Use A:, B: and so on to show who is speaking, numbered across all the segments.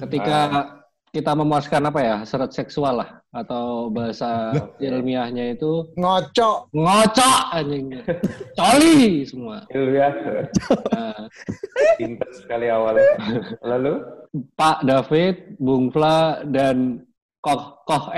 A: Ketika kita memuaskan apa ya, hasrat seksual lah, atau bahasa ilmiahnya itu
B: Ngocok.
A: anjing. Coli semua.
C: Ilmiah. Pintar sekali awalnya. Lalu
A: Pak David, Bung Fla, dan Koh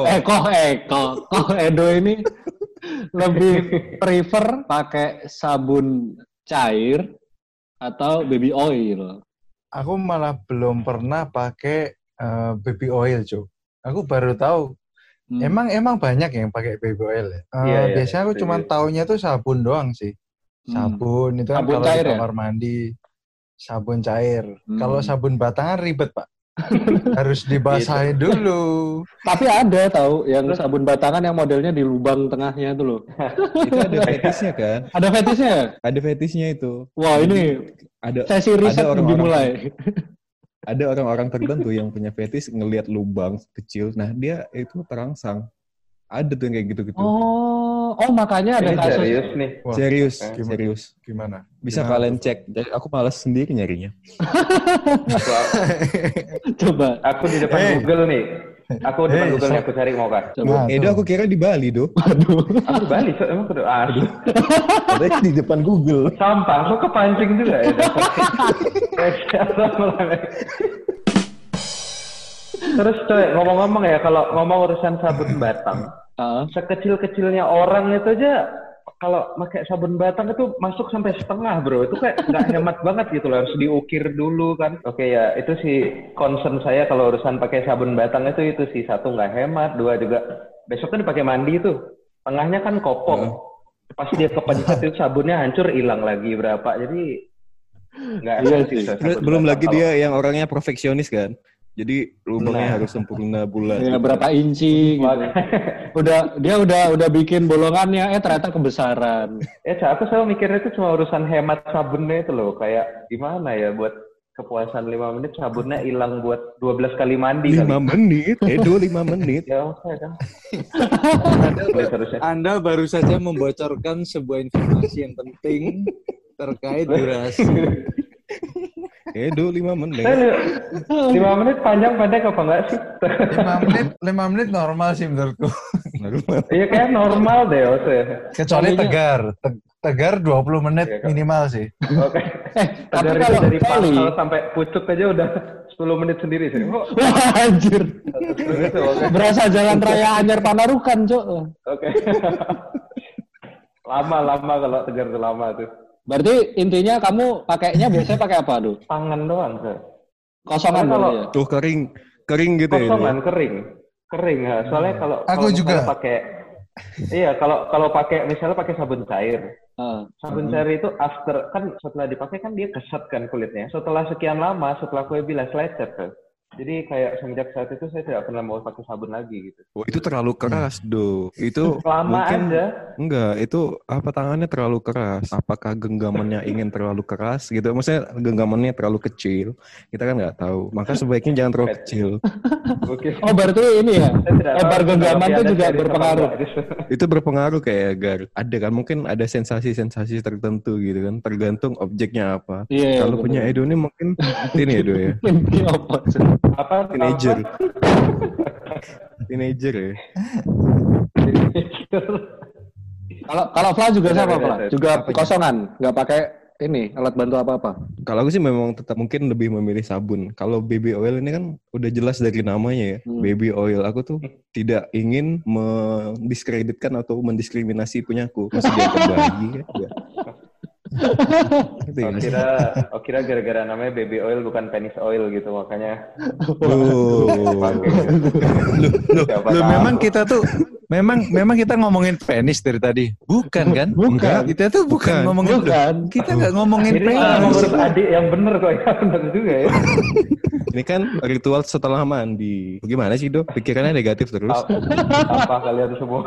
A: Edo ini lebih prefer pakai sabun cair atau baby oil.
B: Aku malah belum pernah pakai baby oil, Cuk. Aku baru tahu. Emang banyak yang pakai baby oil ya. Biasanya aku cuma taunya tuh sabun doang sih. Sabun itu kan
A: Sabun
B: kalau
A: cair
B: di kamar mandi, sabun cair. Kalau sabun batangan ribet, Pak. Harus dibasahin dulu.
A: Tapi ada tahu yang sabun batangan yang modelnya di lubang tengahnya itu loh.
D: Itu ada fetisnya kan?
A: Ada fetisnya?
D: Ada fetisnya itu.
A: Wah, ini sesi riset dimulai.
D: Ada orang-orang tertentu yang punya fetis ngelihat lubang kecil. Nah, dia itu terangsang. Ada tuh yang kayak gitu-gitu.
A: Oh, makanya ada kasus.
C: Serius nih.
B: Wah,
D: Serius.
B: Gimana?
D: Bisa kalian cek. Jadi aku malas sendiri nyarinya.
A: Coba.
C: Aku di depan Google nih. Aku cari mau kan.
D: Edo aku kira di Bali, Do.
A: Aduh.
C: Aku di Bali, emang kudu aduh.
D: Katanya di depan Google.
C: Sampah, aku kepancing juga ya. Terus coy, ngomong-ngomong ya, kalau ngomong urusan sabun batang, sekecil-kecilnya orang itu aja kalau pakai sabun batang itu masuk sampai setengah, bro. Itu kayak nggak hemat banget gitu loh, harus diukir dulu kan. Oke ya, itu sih concern saya kalau urusan pakai sabun batang itu sih. Satu, nggak hemat. Dua juga, besok kan dipakai mandi tuh. Tengahnya kan kopong. Pas dia kepencet itu sabunnya hancur, hilang lagi berapa. Jadi nggak enak sih.
D: Belum lagi dia yang orangnya perfeksionis kan. Jadi lubangnya harus sempurna bulat.
A: Ya, berapa inci gitu. Dia udah bikin bolongannya, ternyata kebesaran.
C: Aku selalu mikirnya itu cuma urusan hemat sabunnya itu loh. Kayak gimana ya buat kepuasan 5 menit sabunnya hilang buat 12 kali mandi.
D: 5 menit? Edo 5 menit.
C: Ya oke kan.
E: Anda baru saja membocorkan sebuah informasi yang penting terkait durasi.
D: Edo 5 menit.
C: 5 menit panjang pendek apa enggak sih?
B: 5 menit normal sih menurutku.
C: Iya kayak normal deh,
B: Kecuali tegar 20 menit minimal sih.
C: Oke.
A: Tapi
C: kalau dari pangkal sampai pucuk aja udah 10 menit sendiri sih.
A: Wah, anjir. Berasa jalan raya Anyar Panarukan, Cok.
C: Oke. Lama kalau tegar tuh lama tuh.
A: Berarti intinya kamu pakainya biasanya pakai apa, Du?
C: Tangan doang, sih.
A: Kosongan kalau ya?
D: Tuh kering gitu ya.
C: Kosongan, kering ya. Soalnya kalau
B: juga
C: pakai kalau pakai misalnya pakai sabun cair. Sabun cair itu after kan setelah dipakai kan dia keset kan kulitnya. Setelah sekian lama, setelah kue bilas lecet kan. Jadi kayak semenjak saat itu saya tidak pernah mau pakai sabun lagi gitu.
D: Oh, itu terlalu keras, Do. Itu
C: lama
D: mungkin
C: aja.
D: Enggak, itu tangannya terlalu keras. Apakah genggamannya ingin terlalu keras gitu? Maksudnya genggamannya terlalu kecil. Kita kan nggak tahu. Maka sebaiknya jangan terlalu kecil.
A: Oh, berarti ini ya. Lebar genggaman itu juga berpengaruh.
D: Itu berpengaruh kayak Gar. Ada kan mungkin ada sensasi-sensasi tertentu gitu kan, tergantung objeknya apa.
A: Yeah,
D: kalau punya Edo ini mungkin ini Edo ya.
C: Apa
D: teenager ya.
A: Kalau Fla juga sama, Fla? Juga kosongan, nggak pakai ini alat bantu apa-apa.
D: Kalau aku sih memang tetap mungkin lebih memilih sabun. Kalau baby oil ini kan udah jelas dari namanya ya, baby oil. Aku tuh tidak ingin mendiskreditkan atau mendiskriminasi punyaku. Masih dia bayi ya.
C: Kira gara-gara namanya baby oil bukan penis oil gitu makanya.
E: Memang kita ngomongin penis dari tadi. Bukan kan?
A: Bukan.
E: Kita tuh bukan ngomongin. Kita nggak ngomongin penis.
C: Menurut adik yang bener kok ya, bener juga ya.
D: Ini kan ritual setelah mandi. Gimana sih, Do? Pikirannya negatif terus.
C: Apa kalian semua?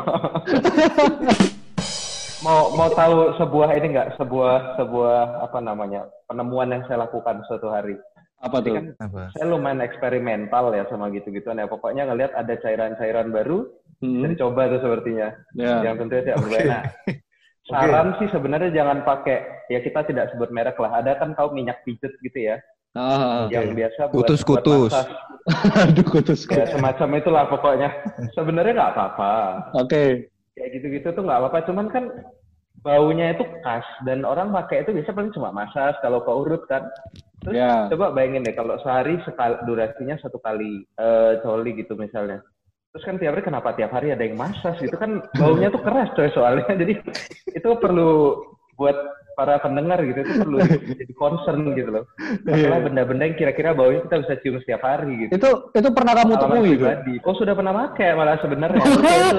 C: Mau tahu sebuah apa namanya penemuan yang saya lakukan suatu hari.
A: Apa tuh?
C: Kan saya lumayan eksperimental ya sama gitu-gituan ya. Pokoknya ngelihat ada cairan-cairan baru, dan coba tuh sepertinya. Yang tentunya tidak berbeda. Saran sih sebenarnya jangan pakai, ya kita tidak sebut merek lah. Ada kan tahu minyak pijet gitu ya. Yang biasa buat
D: kutus.
A: Aduh, kutus.
C: Ya, semacam itulah pokoknya. Sebenarnya nggak apa-apa.
A: Oke.
C: Kayak gitu-gitu tuh nggak apa-apa. Cuman kan baunya itu khas dan orang pakai itu biasa paling cuma massage kalau keurut kan. Terus coba bayangin deh kalau sehari durasinya 1 kali coli gitu misalnya. Terus kan tiap hari kenapa tiap hari ada yang massage gitu kan baunya tuh keras coy soalnya. Jadi itu perlu buat para pendengar gitu itu perlu jadi concern gitu loh. Masalah benda-benda yang kira-kira baunya kita bisa cium setiap hari gitu.
A: Itu pernah kamu temui itu?
C: Oh sudah pernah pakai malah sebenarnya. Itu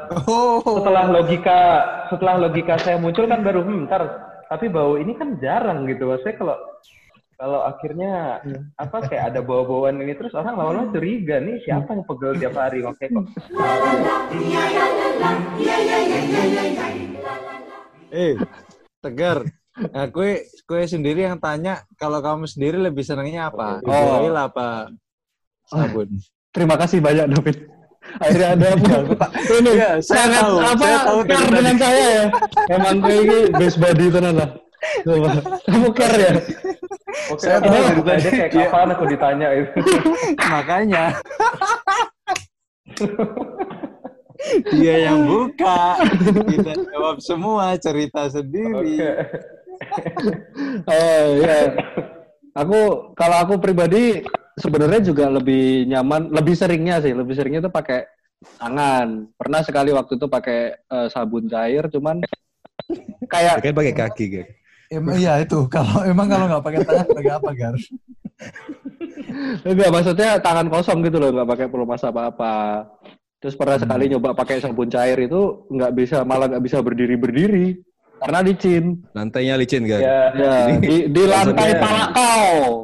C: setelah logika saya muncul kan baru ntar tapi bau ini kan jarang gitu. Maksudnya kalau akhirnya kayak ada bau-bauan ini terus orang lama-lama curiga nih siapa yang pegel tiap hari oke kok.
E: Tegar, kue sendiri yang tanya kalau kamu sendiri lebih senangnya apa? Oil apa sabun?
A: Terima kasih banyak David. Akhirnya ada ini sangat tahu dengan saya ya. Emang ini best buddy tenan lah. Kamu care ya?
C: Oke, saya tahu dari tadi kayak kapan aku ditanya itu.
E: Makanya. Dia yang buka, kita jawab semua cerita sendiri.
A: Ya. Kalau aku pribadi sebenarnya juga lebih nyaman, lebih seringnya itu pakai tangan. Pernah sekali waktu itu pakai sabun cair, cuman kayak
D: pakai kaki kan.
B: Iya itu. Kalau nggak pakai tangan pakai apa Gar?
A: Enggak, maksudnya tangan kosong gitu loh, nggak pakai pelumas apa-apa. Terus pernah sekali nyoba pakai sabun cair itu nggak bisa berdiri karena licin.
D: Lantainya licin kan?
A: Ya, di lantai pala kau.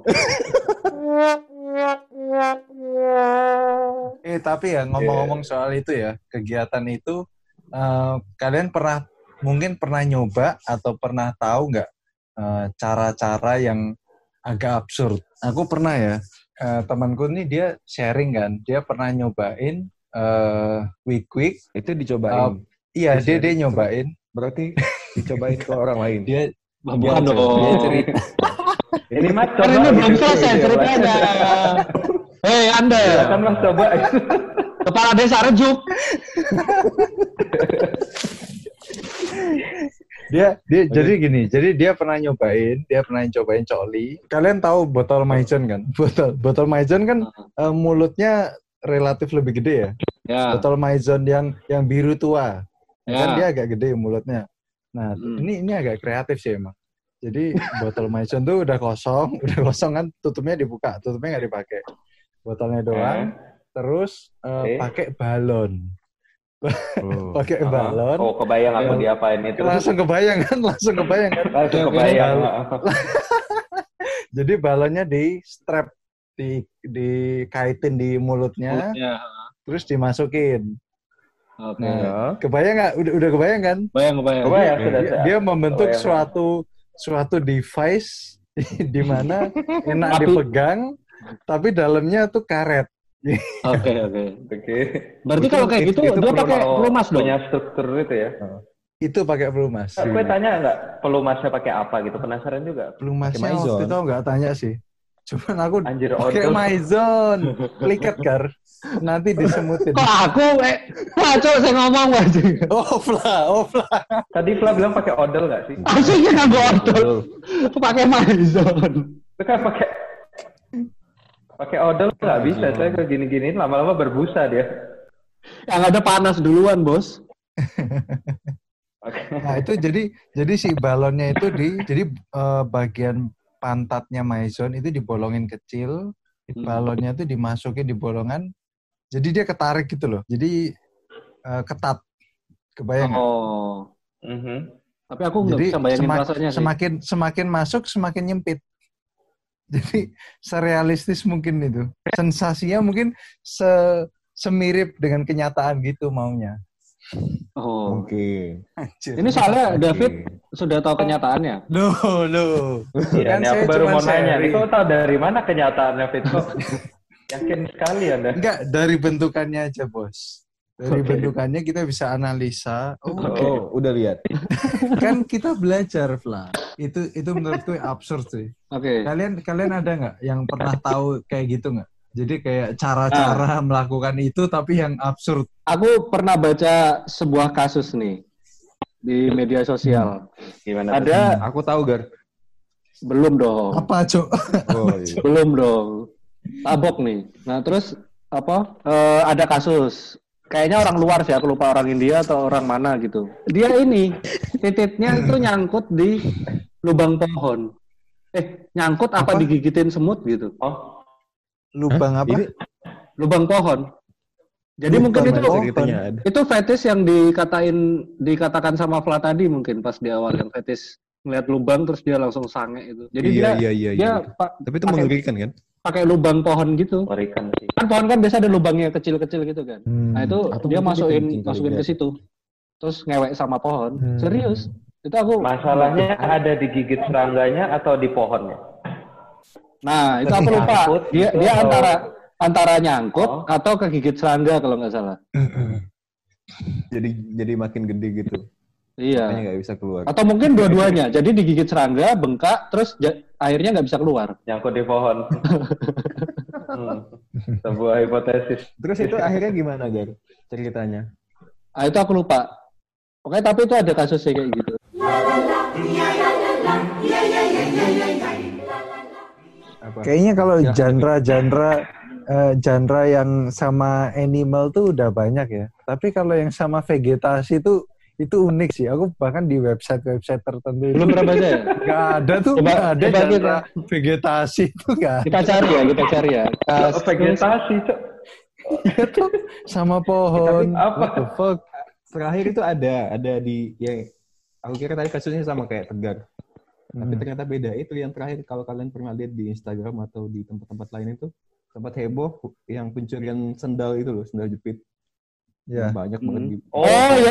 B: Tapi ya ngomong-ngomong soal itu ya kegiatan itu kalian mungkin pernah nyoba atau pernah tahu nggak cara-cara yang agak absurd? Aku pernah ya. Temanku nih dia sharing kan, dia pernah nyobain Quick
D: itu dicobain.
B: Iya, dia nyobain.
D: Berarti dicobain ke orang lain.
B: Dia
A: cerita. Ini mas coba ini belum selesai ceritanya. Hei Anda,
C: akan mas coba.
A: Kepala Desa Rejuk.
B: Jadi gini, jadi dia pernah nyobain coli. Kalian tahu botol Maison kan? Botol Maison kan mulutnya relatif lebih gede ya. Botol Maison yang biru tua. Kan dia agak gede mulutnya. Nah, ini agak kreatif sih emang. Jadi botol Maison tuh udah kosong kan, tutupnya dibuka, tutupnya nggak dipakai. Botolnya doang. Terus pakai balon. Pakai balon.
C: Oh, kebayang aku diapain itu.
B: Langsung kebayang kan? Jadi balonnya di strap, dikaitin di mulutnya, terus dimasukin.
A: Oke.
B: Nah, kebayang nggak? Udah kebayang kan?
A: Kebayang.
B: Dia membentuk suatu device di mana enak dipegang, tapi dalamnya tuh karet.
A: Oke. Berarti kalau kayak gitu dia pakai pelumas dong?
C: Punya struktur itu ya?
B: Itu pakai pelumas.
C: Gue tanya nggak pelumasnya pakai apa gitu? Penasaran juga.
B: Pelumasnya waktu itu nggak tanya sih. Cuman aku pakai Maison. Pliket Gar. Nanti disemutin.
A: Kok aku? Coba saya ngomong aja.
B: Oh, Fla.
C: Tadi Fla bilang pakai odol nggak sih?
A: Aslinya nggak odol. Pakai Maison.
C: Itu kan pakai odol nggak bisa. Saya kayak gini-giniin lama-lama berbusa dia.
A: Yang ada panas duluan, Bos.
B: Nah, itu jadi si balonnya itu jadi bagian pantatnya Maison itu dibolongin kecil, balonnya itu dimasukin di bolongan, jadi dia ketarik gitu loh, jadi ketat, kebayang nggak?
A: Tapi aku nggak bisa bayangin rasanya sih.
B: Semakin masuk semakin nyempit, jadi serealistis mungkin itu, sensasinya mungkin semirip dengan kenyataan gitu maunya.
A: Oh,
D: oke.
A: Ini soalnya David sudah tahu kenyataannya.
B: Loh.
C: Iya, kan aku baru mau nanya. Nih, kau tahu dari mana kenyataannya, David? Kok yakin sekali Anda?
B: Enggak, dari bentukannya aja, Bos. Dari bentukannya kita bisa analisa.
D: Oh, udah lihat.
B: Kan kita belajar, Fla. Itu menurutku absurd sih.
A: Oke.
B: Kalian ada nggak yang pernah tahu kayak gitu nggak? Jadi kayak cara-cara melakukan itu tapi yang absurd.
A: Aku pernah baca sebuah kasus nih di media sosial.
C: Gimana?
A: Ada.
D: Aku tahu, Gar.
A: Belum dong.
B: Apa, Cok?
D: Oh, iya.
A: Belum dong. Tabok nih. Nah terus ada kasus. Kayaknya orang luar sih, aku lupa orang India atau orang mana gitu. Dia ini, titiknya itu nyangkut di lubang pohon. Nyangkut apa digigitin semut gitu.
C: Oh,
B: Lubang apa?
D: Ini
A: Lubang pohon. Jadi mungkin itu fetish yang dikatakan sama Fla tadi mungkin pas di awal, yang fetish ngeliat lubang terus dia langsung sange itu. Jadi dia
D: tapi itu mengerikan kan?
A: Pakai lubang pohon gitu.
C: mengerikan sih.
A: Kan pohon kan biasa ada lubangnya kecil-kecil gitu kan. Nah itu
D: Atau
A: dia
D: masukin
A: ke situ. Terus ngewek sama pohon. Serius. Itu aku.
C: Masalahnya ada di gigit serangganya atau di pohonnya?
A: Nah, itu aku lupa. Dia antara nyangkut atau kegigit serangga kalau nggak salah.
D: Jadi makin gede gitu.
A: Iya.
D: Makanya nggak bisa keluar.
A: Atau mungkin dua-duanya. Jadi digigit serangga, bengkak, terus akhirnya nggak bisa keluar.
C: Nyangkut di pohon. Sebuah hipotesis.
D: Terus itu akhirnya gimana, Gar? Ceritanya?
A: Itu aku lupa. Oke, tapi itu ada kasusnya kayak gitu.
B: Kayaknya kalau genre yang sama animal tuh udah banyak ya. Tapi kalau yang sama vegetasi itu unik sih. Aku bahkan di website tertentu
A: belum pernah baca ya?
B: Nggak ada tuh, nggak ada genre vegetasi itu nggak.
A: Kita cari ya.
C: Vegetasi, Cok.
B: Itu sama pohon.
C: Apa?
B: What the fuck?
D: Terakhir itu ada di yang aku kira tadi kasusnya sama kayak Tegar. Tapi ternyata beda. Itu yang terakhir kalau kalian pernah lihat di Instagram atau di tempat-tempat lain itu sempat heboh yang pencurian sendal itu loh, sendal jepit.
B: Ya.
D: Banyak banget di.
A: Tahu.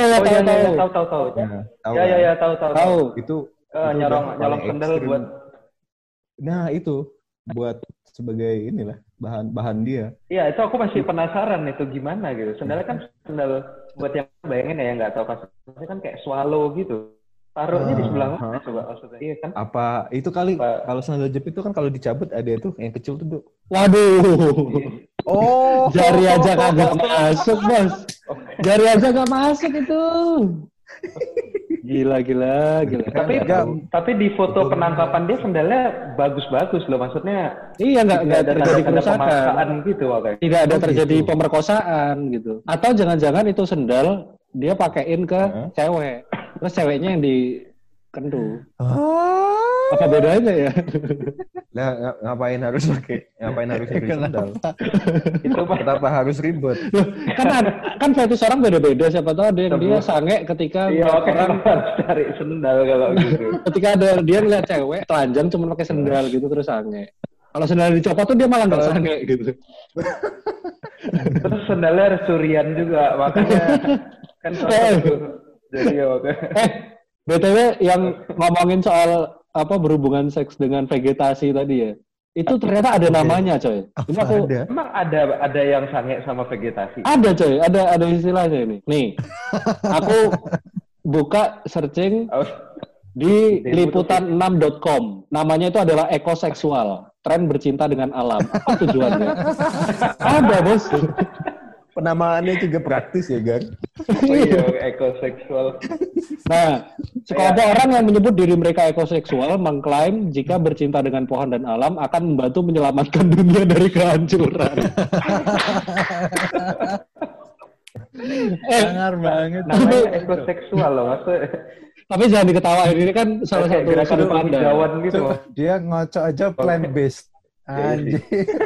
C: Ya, tahu.
D: Itu
C: nyolong sendal buat.
D: Nah, itu buat sebagai inilah bahan dia.
C: Iya, itu aku masih penasaran itu gimana gitu. Sendalnya kan sendal buat yang bayangin ya, yang nggak tahu kasusnya kan kayak swallow gitu. Taruhnya di sebelah mana coba maksudnya? Iya kan?
D: Apa itu kali kalau sandal jepit itu kan kalau dicabut ada itu yang kecil tuh, Duk.
A: Waduh. Oh, jari aja kagak masuk, Bos. Jari aja kagak masuk itu. Gila. Tapi di foto penangkapan dia sendalnya bagus-bagus loh, maksudnya. Iya, nggak terjadi kerusakan gitu, makanya. Tidak ada terjadi pemerkosaan gitu. Atau jangan-jangan itu sendal dia pakein ke cewek. Terus ceweknya yang dikendu. Apa bedanya ya?
D: Nah, ngapain harus nyari sendal? Itu kenapa harus ribet?
A: Kan fetish orang beda-beda. Siapa tahu ada yang dia sange ketika orang cari sendal kalau gitu. Ketika ada dia ngeliat cewek telanjang cuma pakai sendal gitu terus sange. Kalau sendal dicopot tuh dia malah nggak sange gitu. Terus sendalnya harus curian juga, makanya kan jadi BTW yang ngomongin soal berhubungan seks dengan vegetasi tadi ya. Itu ternyata ada namanya, coy. Ini emang ada yang sange sama vegetasi? Ada, coy. Ada istilahnya ini. Nih. Aku buka searching di liputan6.com. Namanya itu adalah ekoseksual. Tren bercinta dengan alam. Apa tujuannya? Ada, Bos.
D: Penamaannya juga praktis ya, Gar.
C: Oh iya, ekoseksual.
A: Nah, sekelompok orang yang menyebut diri mereka ekoseksual mengklaim jika bercinta dengan pohon dan alam akan membantu menyelamatkan dunia dari kehancuran.
B: Sangar banget.
C: Namanya ekoseksual loh, maksudnya.
A: Tapi jangan diketawain, ini kan salah satu sudut pandang.
C: Gitu.
B: Dia ngocok aja plant based. Anjir.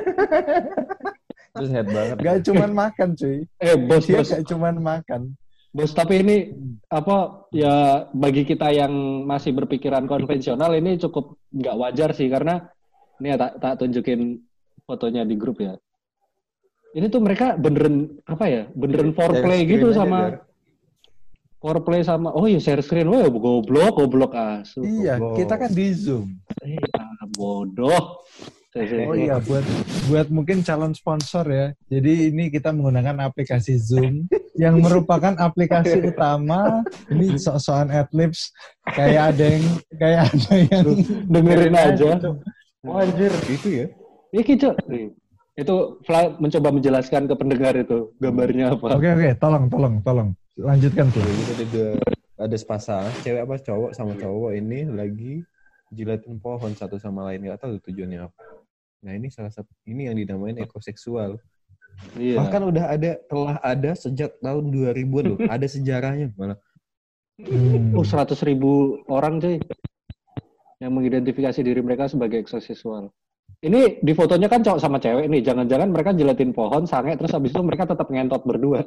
D: Terus head banget.
B: Gak cuman makan, cuy.
A: Bos.
B: Gak cuman makan.
A: Bos, tapi ini ya bagi kita yang masih berpikiran konvensional ini cukup nggak wajar sih, karena ini ya tak tunjukin fotonya di grup ya. Ini tuh mereka beneran foreplay gitu sama foreplay sama share screen. Wah, goblok asu.
B: Iya, kita kan di Zoom.
A: Bodoh.
B: Oh iya, buat mungkin calon sponsor ya. Jadi ini kita menggunakan aplikasi Zoom. yang merupakan aplikasi utama. Ini soal adlibs kayak ada yang
A: dengerin aja.
C: Anjir,
D: Itu ya.
A: Iya gitu. Itu Fla mencoba menjelaskan ke pendengar itu gambarnya apa.
B: Oke, tolong. Lanjutkan tuh.
D: Jadi ada sepasang cewek apa cowok sama cowok ini lagi jilatin pohon satu sama lain, nggak tahu tujuannya apa. Nah ini salah satu ini yang dinamain ekoseksual.
A: Iya.
D: Bahkan telah ada sejak tahun 2000-an loh. Ada sejarahnya malah.
A: 100.000 orang cuy yang mengidentifikasi diri mereka sebagai ekoseksual. Ini di fotonya kan cowok sama cewek nih. Jangan-jangan mereka jilatin pohon, sange, terus habis itu mereka tetap ngentot berdua.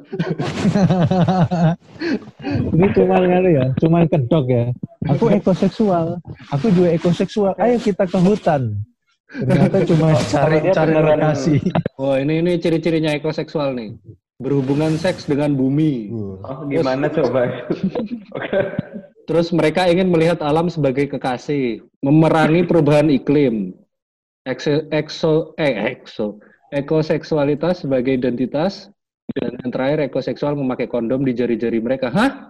B: Ini cuman kedok ya. Aku ekoseksual. Aku juga ekoseksual. Ayo kita ke hutan. Ternyata cuma cari lokasi.
A: Oh, ini ciri-cirinya ekoseksual nih. Berhubungan seks dengan bumi.
C: Oh, gimana coba? Oke.
A: Terus mereka ingin melihat alam sebagai kekasih, memerangi perubahan iklim. Ekoseksualitas sebagai identitas, dan yang terakhir ekoseksual memakai kondom di jari-jari mereka. Hah?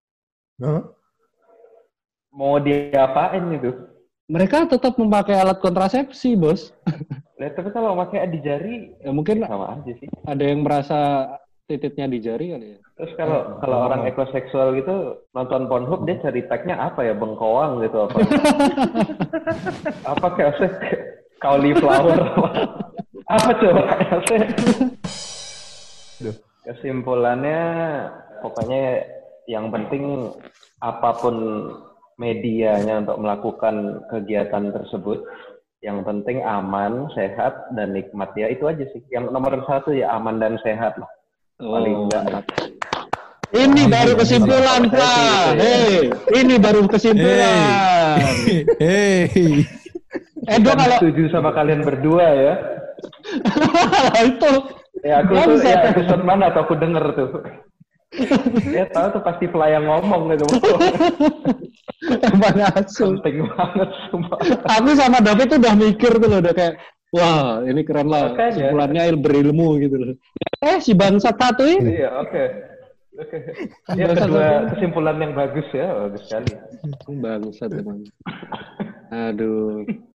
C: Mau diapain itu?
A: Mereka tetap memakai alat kontrasepsi, bos.
C: Tapi kalau pakai di jari,
A: ya mungkin
C: sama aja sih.
A: Ada yang merasa titiknya di jari kali ya.
C: Terus kalau orang ekoseksual gitu nonton Pornhub, dia cari tagnya apa ya, bengkoang gitu apa? Apa kayak cauliflower apa coba? Kesimpulannya pokoknya yang penting apapun medianya untuk melakukan kegiatan tersebut, yang penting aman, sehat, dan nikmat ya, itu aja sih. Yang nomor satu ya aman dan sehat lah. Paling enggak.
A: Ini baru kesimpulan, Pak. Ini baru kesimpulan.
C: Edo kalau setuju sama kalian berdua ya.
A: Itu.
C: Ya aku tuh ya episode mana tuh aku denger tuh. Ya tahu tuh pasti Fly yang ngomong gitu.
A: Emang asu.
C: Penting banget sumpah.
A: Aku sama David tuh udah mikir tuh loh, udah kayak wah ini keren lah. Kesimpulannya berilmu gitu loh. Si bangsat satu ini.
C: Iya oke. Ya kedua kesimpulan yang bagus ya, bagus sekali.
A: Bangsat emang. Aduh.